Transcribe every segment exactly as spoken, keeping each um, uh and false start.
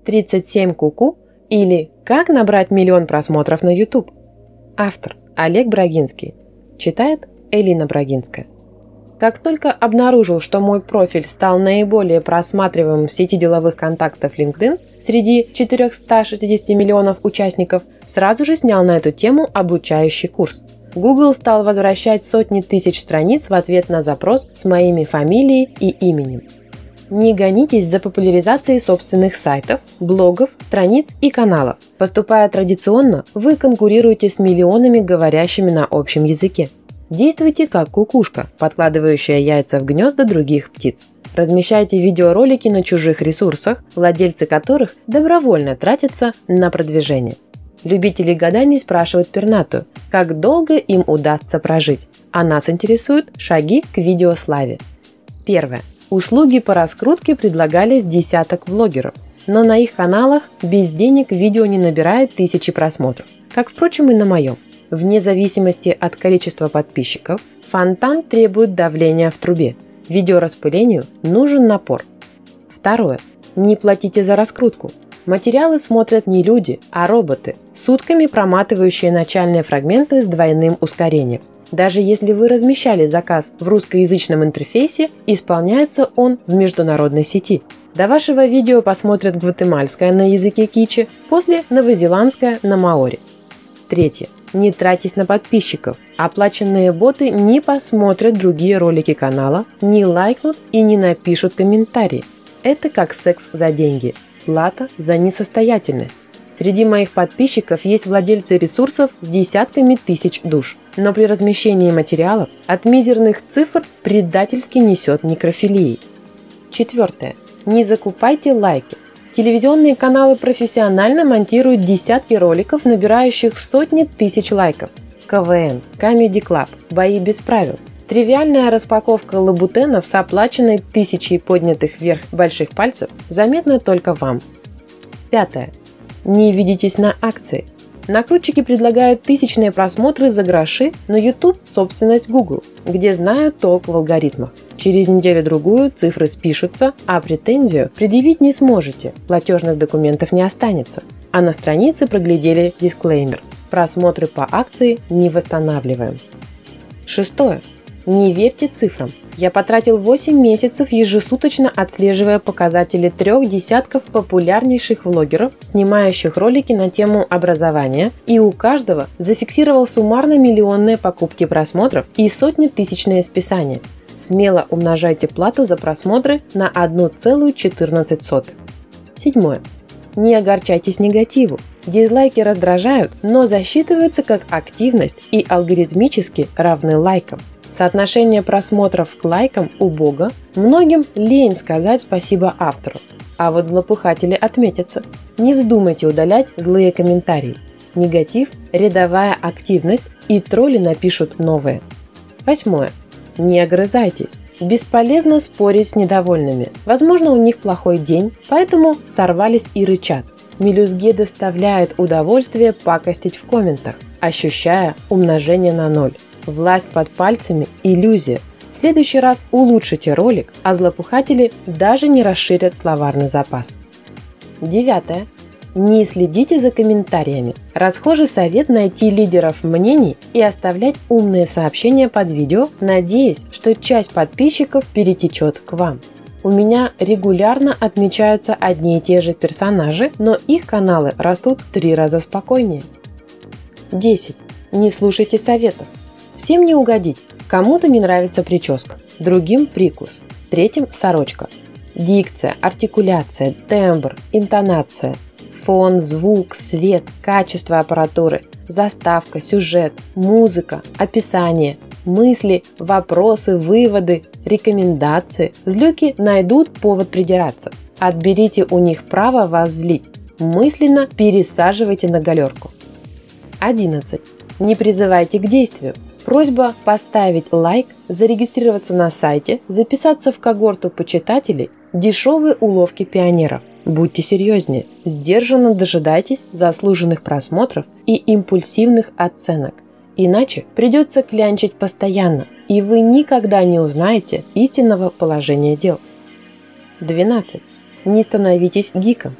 тридцать семь куку или «Как набрать миллион просмотров на YouTube». Автор Олег Брагинский. Читает Элина Брагинская. Как только обнаружил, что мой профиль стал наиболее просматриваемым в сети деловых контактов LinkedIn среди четырехсот шестидесяти миллионов участников, сразу же снял на эту тему обучающий курс. Google стал возвращать сотни тысяч страниц в ответ на запрос с моими фамилией и именем. Не гонитесь за популяризацией собственных сайтов, блогов, страниц и каналов. Поступая традиционно, вы конкурируете с миллионами говорящими на общем языке. Действуйте как кукушка, подкладывающая яйца в гнезда других птиц. Размещайте видеоролики на чужих ресурсах, владельцы которых добровольно тратятся на продвижение. Любители гаданий спрашивают пернатую, как долго им удастся прожить, а нас интересуют шаги к видеославе. Первое. Услуги по раскрутке предлагались десяток влогеров, но на их каналах без денег видео не набирает тысячи просмотров, как, впрочем, и на моем. Вне зависимости от количества подписчиков, фонтан требует давления в трубе. Видеораспылению нужен напор. Второе. Не платите за раскрутку. Материалы смотрят не люди, а роботы, сутками проматывающие начальные фрагменты с двойным ускорением. Даже если вы размещали заказ в русскоязычном интерфейсе, исполняется он в международной сети. До вашего видео посмотрят гватемальское на языке кичи, после новозеландское на маори. Третье. Не тратьтесь на подписчиков. Оплаченные боты не посмотрят другие ролики канала, не лайкнут и не напишут комментарии. Это как секс за деньги. Плата за несостоятельность. Среди моих подписчиков есть владельцы ресурсов с десятками тысяч душ. Но при размещении материалов от мизерных цифр предательски несет некрофилией. Четвертое. Не закупайте лайки. Телевизионные каналы профессионально монтируют десятки роликов, набирающих сотни тысяч лайков. КВН, Comedy Club, бои без правил. Тривиальная распаковка лабутенов с оплаченной тысячей поднятых вверх больших пальцев заметна только вам. Пятое. Не ведитесь на акции. Накрутчики предлагают тысячные просмотры за гроши, но YouTube – собственность Google, где знают толк в алгоритмах. Через неделю-другую цифры спишутся, а претензию предъявить не сможете, платежных документов не останется. А на странице проглядели дисклеймер: просмотры по акции не восстанавливаем. Шестое. Не верьте цифрам. Я потратил восемь месяцев, ежесуточно отслеживая показатели трех десятков популярнейших влогеров, снимающих ролики на тему образования, и у каждого зафиксировал суммарно миллионные покупки просмотров и сотни тысячные списания. Смело умножайте плату за просмотры на одна целая четырнадцать сотых. Седьмое. Не огорчайтесь негативу. Дизлайки раздражают, но засчитываются как активность и алгоритмически равны лайкам. Соотношение просмотров к лайкам убого, многим лень сказать спасибо автору. А вот злопыхатели отметятся. Не вздумайте удалять злые комментарии. Негатив – рядовая активность, и тролли напишут новые. Восьмое. Не огрызайтесь. Бесполезно спорить с недовольными. Возможно, у них плохой день, поэтому сорвались и рычат. Мелюзге доставляет удовольствие пакостить в комментах, ощущая умножение на ноль. Власть под пальцами – иллюзия. В следующий раз улучшите ролик, а злопыхатели даже не расширят словарный запас. Девятое. Не следите за комментариями. Расхожий совет найти лидеров мнений и оставлять умные сообщения под видео, надеясь, что часть подписчиков перетечет к вам. У меня регулярно отмечаются одни и те же персонажи, но их каналы растут в три раза спокойнее. Десять. Не слушайте советов. Всем не угодить. Кому-то не нравится прическа, другим прикус, третьим сорочка. Дикция, артикуляция, тембр, интонация, фон, звук, свет, качество аппаратуры, заставка, сюжет, музыка, описание, мысли, вопросы, выводы, рекомендации. Злюки найдут повод придираться. Отберите у них право вас злить. Мысленно пересаживайте на галерку. одиннадцать. Не призывайте к действию. Просьба поставить лайк, зарегистрироваться на сайте, записаться в когорту почитателей – дешевые уловки пионеров. Будьте серьезнее, сдержанно дожидайтесь заслуженных просмотров и импульсивных оценок. Иначе придется клянчить постоянно, и вы никогда не узнаете истинного положения дел. двенадцать. Не становитесь гиком.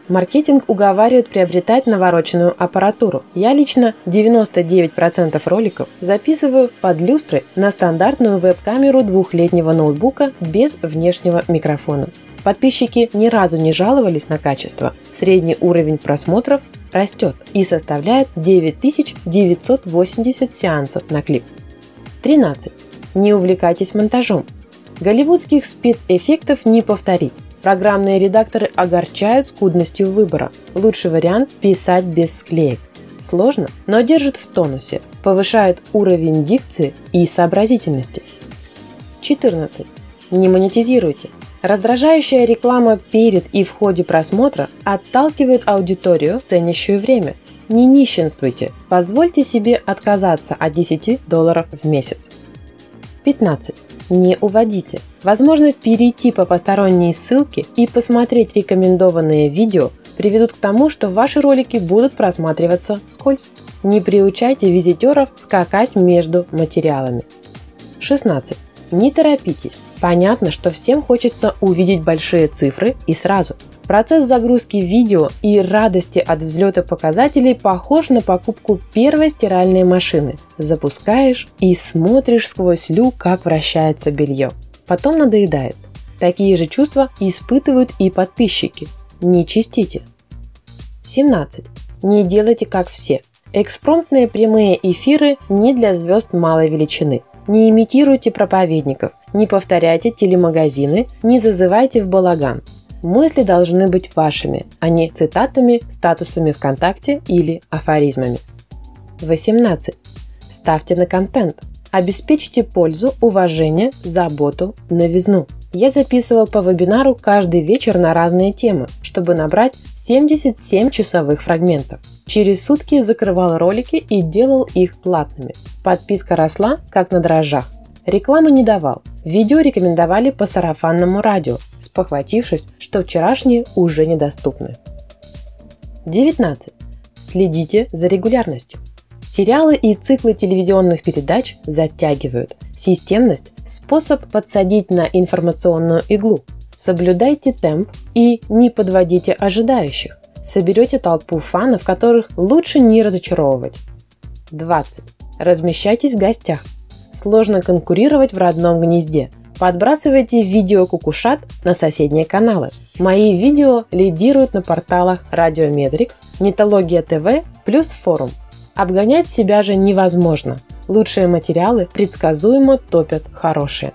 Маркетинг уговаривает приобретать навороченную аппаратуру. Я лично девяносто девять процентов роликов записываю под люстры на стандартную веб-камеру двухлетнего ноутбука без внешнего микрофона. Подписчики ни разу не жаловались на качество. Средний уровень просмотров растет и составляет девять тысяч девятьсот восемьдесят сеансов на клип. тринадцать. Не увлекайтесь монтажом. Голливудских спецэффектов не повторить. Программные редакторы огорчают скудностью выбора. Лучший вариант – писать без склеек. Сложно, но держит в тонусе, повышает уровень дикции и сообразительности. четырнадцать. Не монетизируйте. Раздражающая реклама перед и в ходе просмотра отталкивает аудиторию, ценящую время. Не нищенствуйте, позвольте себе отказаться от десяти долларов в месяц. пятнадцать. Не уводите. Возможность перейти по посторонней ссылке и посмотреть рекомендованные видео приведут к тому, что ваши ролики будут просматриваться вскользь. Не приучайте визитеров скакать между материалами. шестнадцать. Не торопитесь. Понятно, что всем хочется увидеть большие цифры и сразу. Процесс загрузки видео и радости от взлета показателей похож на покупку первой стиральной машины. Запускаешь и смотришь сквозь люк, как вращается белье. Потом надоедает. Такие же чувства испытывают и подписчики. Не чистите. семнадцать. Не делайте как все. Экспромтные прямые эфиры не для звезд малой величины. Не имитируйте проповедников, не повторяйте телемагазины, не зазывайте в балаган. Мысли должны быть вашими, а не цитатами, статусами ВКонтакте или афоризмами. восемнадцать. Ставьте на контент. Обеспечьте пользу, уважение, заботу, новизну. Я записывал по вебинару каждый вечер на разные темы, чтобы набрать семьдесят семь часовых фрагментов. Через сутки закрывал ролики и делал их платными. Подписка росла, как на дрожжах. Рекламы не давал. Видео рекомендовали по сарафанному радио, спохватившись, что вчерашние уже недоступны. девятнадцать. Следите за регулярностью. Сериалы и циклы телевизионных передач затягивают. Системность – способ подсадить на информационную иглу. Соблюдайте темп и не подводите ожидающих. Соберете толпу фанов, которых лучше не разочаровывать. двадцать. Размещайтесь в гостях. Сложно конкурировать в родном гнезде. Подбрасывайте видео кукушат на соседние каналы. Мои видео лидируют на порталах Радиометрикс, Нетология ТВ плюс форум. Обгонять себя же невозможно. Лучшие материалы предсказуемо топят хорошие.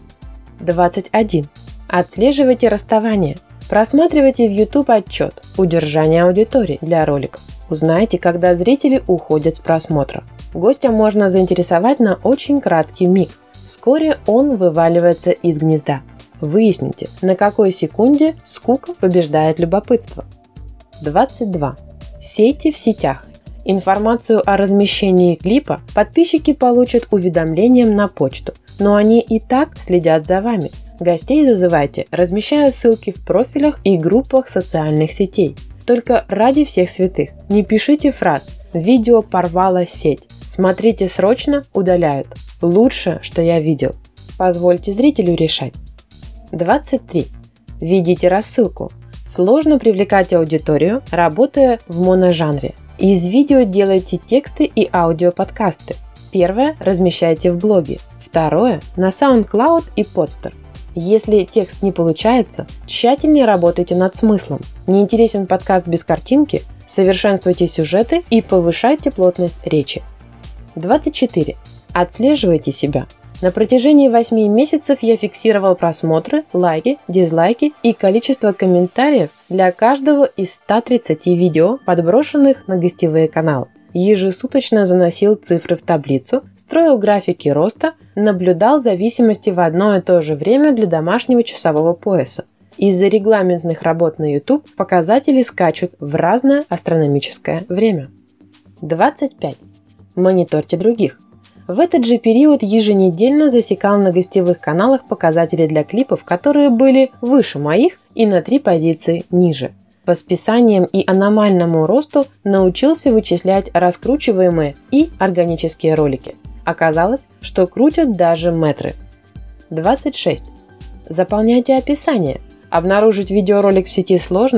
двадцать один. Отслеживайте расставание. Просматривайте в YouTube отчет «Удержание аудитории» для роликов. Узнайте, когда зрители уходят с просмотра. Гостя можно заинтересовать на очень краткий миг. Вскоре он вываливается из гнезда. Выясните, на какой секунде скука побеждает любопытство. двадцать два. Сейте в сетях. Информацию о размещении клипа подписчики получат уведомлением на почту, но они и так следят за вами. Гостей зазывайте, размещая ссылки в профилях и группах социальных сетей. Только ради всех святых. Не пишите фраз «Видео порвала сеть», «Смотрите срочно», удаляют. Лучше, что я видел. Позвольте зрителю решать. двадцать три. Введите рассылку. Сложно привлекать аудиторию, работая в моножанре. Из видео делайте тексты и аудиоподкасты. Первое размещайте в блоге. Второе на SoundCloud и Podster. Если текст не получается, тщательнее работайте над смыслом. Не интересен подкаст без картинки? Совершенствуйте сюжеты и повышайте плотность речи. двадцать четыре. Отслеживайте себя. На протяжении восьми месяцев я фиксировал просмотры, лайки, дизлайки и количество комментариев для каждого из ста тридцати видео, подброшенных на гостевые каналы. Ежесуточно заносил цифры в таблицу, строил графики роста, наблюдал зависимости в одно и то же время для домашнего часового пояса. Из-за регламентных работ на YouTube показатели скачут в разное астрономическое время. двадцать пять. Мониторьте других. В этот же период еженедельно засекал на гостевых каналах показатели для клипов, которые были выше моих и на три позиции ниже. По списаниям и аномальному росту научился вычислять раскручиваемые и органические ролики. Оказалось, что крутят даже мэтры. двадцать шесть. Заполняйте описание. Обнаружить видеоролик в сети сложно?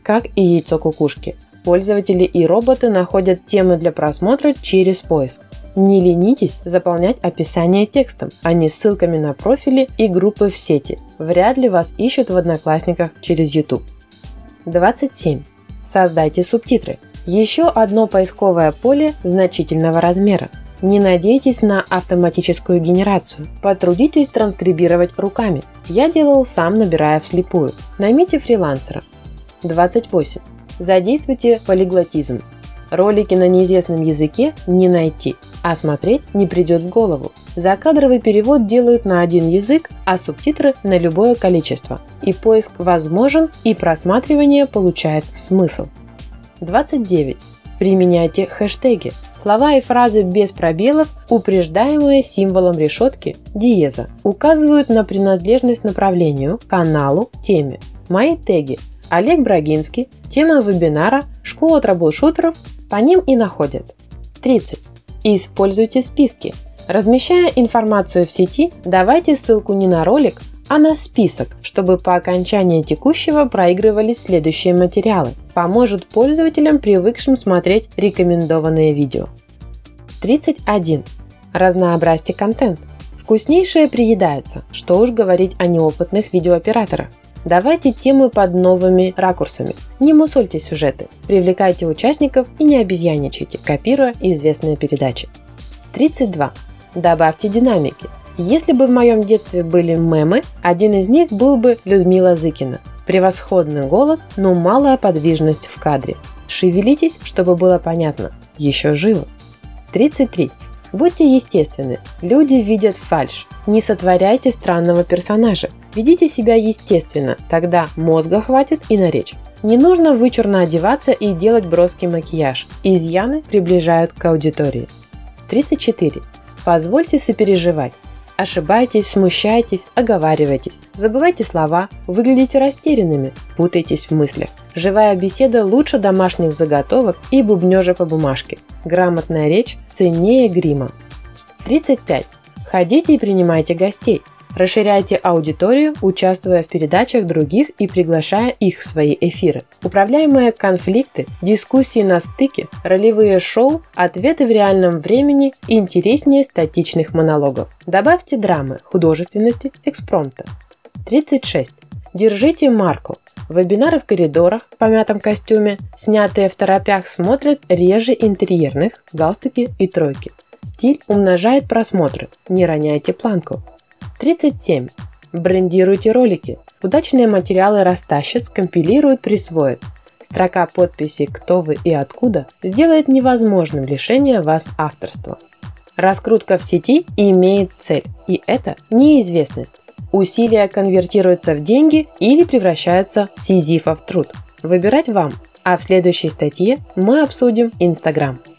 как и яйцо кукушки. Пользователи и роботы находят темы для просмотра через поиск. Не ленитесь заполнять описание текстом, а не ссылками на профили и группы в сети. Вряд ли вас ищут в Одноклассниках через YouTube. двадцать семь. Создайте субтитры. Еще одно поисковое поле значительного размера. Не надейтесь на автоматическую генерацию. Потрудитесь транскрибировать руками. Я делал сам, набирая вслепую. Наймите фрилансера. двадцать восемь. Задействуйте полиглотизм. Ролики на неизвестном языке не найти, а смотреть не придет в голову. Закадровый перевод делают на один язык, а субтитры на любое количество. И поиск возможен, и просматривание получает смысл. двадцать девять. Применяйте хэштеги. Слова и фразы без пробелов, упреждаемые символом решетки диеза, указывают на принадлежность направлению, каналу, теме. Мои теги: Олег Брагинский, тема вебинара, школа трэблшутеров, по ним и находят. тридцать. Используйте списки. Размещая информацию в сети, давайте ссылку не на ролик, а на список, чтобы по окончании текущего проигрывались следующие материалы. Поможет пользователям, привыкшим смотреть рекомендованные видео. тридцать один. Разнообразьте контент. Вкуснейшее приедается, что уж говорить о неопытных видеооператорах. Давайте темы под новыми ракурсами. Не мусольте сюжеты, привлекайте участников и не обезьяничайте, копируя известные передачи. тридцать два. Добавьте динамики. Если бы в моем детстве были мемы, один из них был бы Людмила Зыкина. Превосходный голос, но малая подвижность в кадре. Шевелитесь, чтобы было понятно. Еще живо. тридцать три. Будьте естественны. Люди видят фальшь. Не сотворяйте странного персонажа. Ведите себя естественно, тогда мозга хватит и на речь. Не нужно вычурно одеваться и делать броский макияж. Изъяны приближают к аудитории. тридцать четыре. Позвольте сопереживать. Ошибайтесь, смущайтесь, оговаривайтесь. Забывайте слова, выглядите растерянными, путаетесь в мыслях. Живая беседа лучше домашних заготовок и бубнежа по бумажке. Грамотная речь ценнее грима. тридцать пять. Ходите и принимайте гостей. Расширяйте аудиторию, участвуя в передачах других и приглашая их в свои эфиры. Управляемые конфликты, дискуссии на стыке, ролевые шоу, ответы в реальном времени интереснее статичных монологов. Добавьте драмы, художественности, экспромта. тридцать шесть. Держите марку. Вебинары в коридорах, в помятом костюме, снятые в торопях, смотрят реже интерьерных, галстуки и тройки. Стиль умножает просмотры, не роняйте планку. тридцать семь. Брендируйте ролики. Удачные материалы растащат, скомпилируют, присвоят. Строка подписи «Кто вы и откуда» сделает невозможным лишение вас авторства. Раскрутка в сети имеет цель, и это неизвестность. Усилия конвертируются в деньги или превращаются в сизифов труд. Выбирать вам, а в следующей статье мы обсудим Instagram.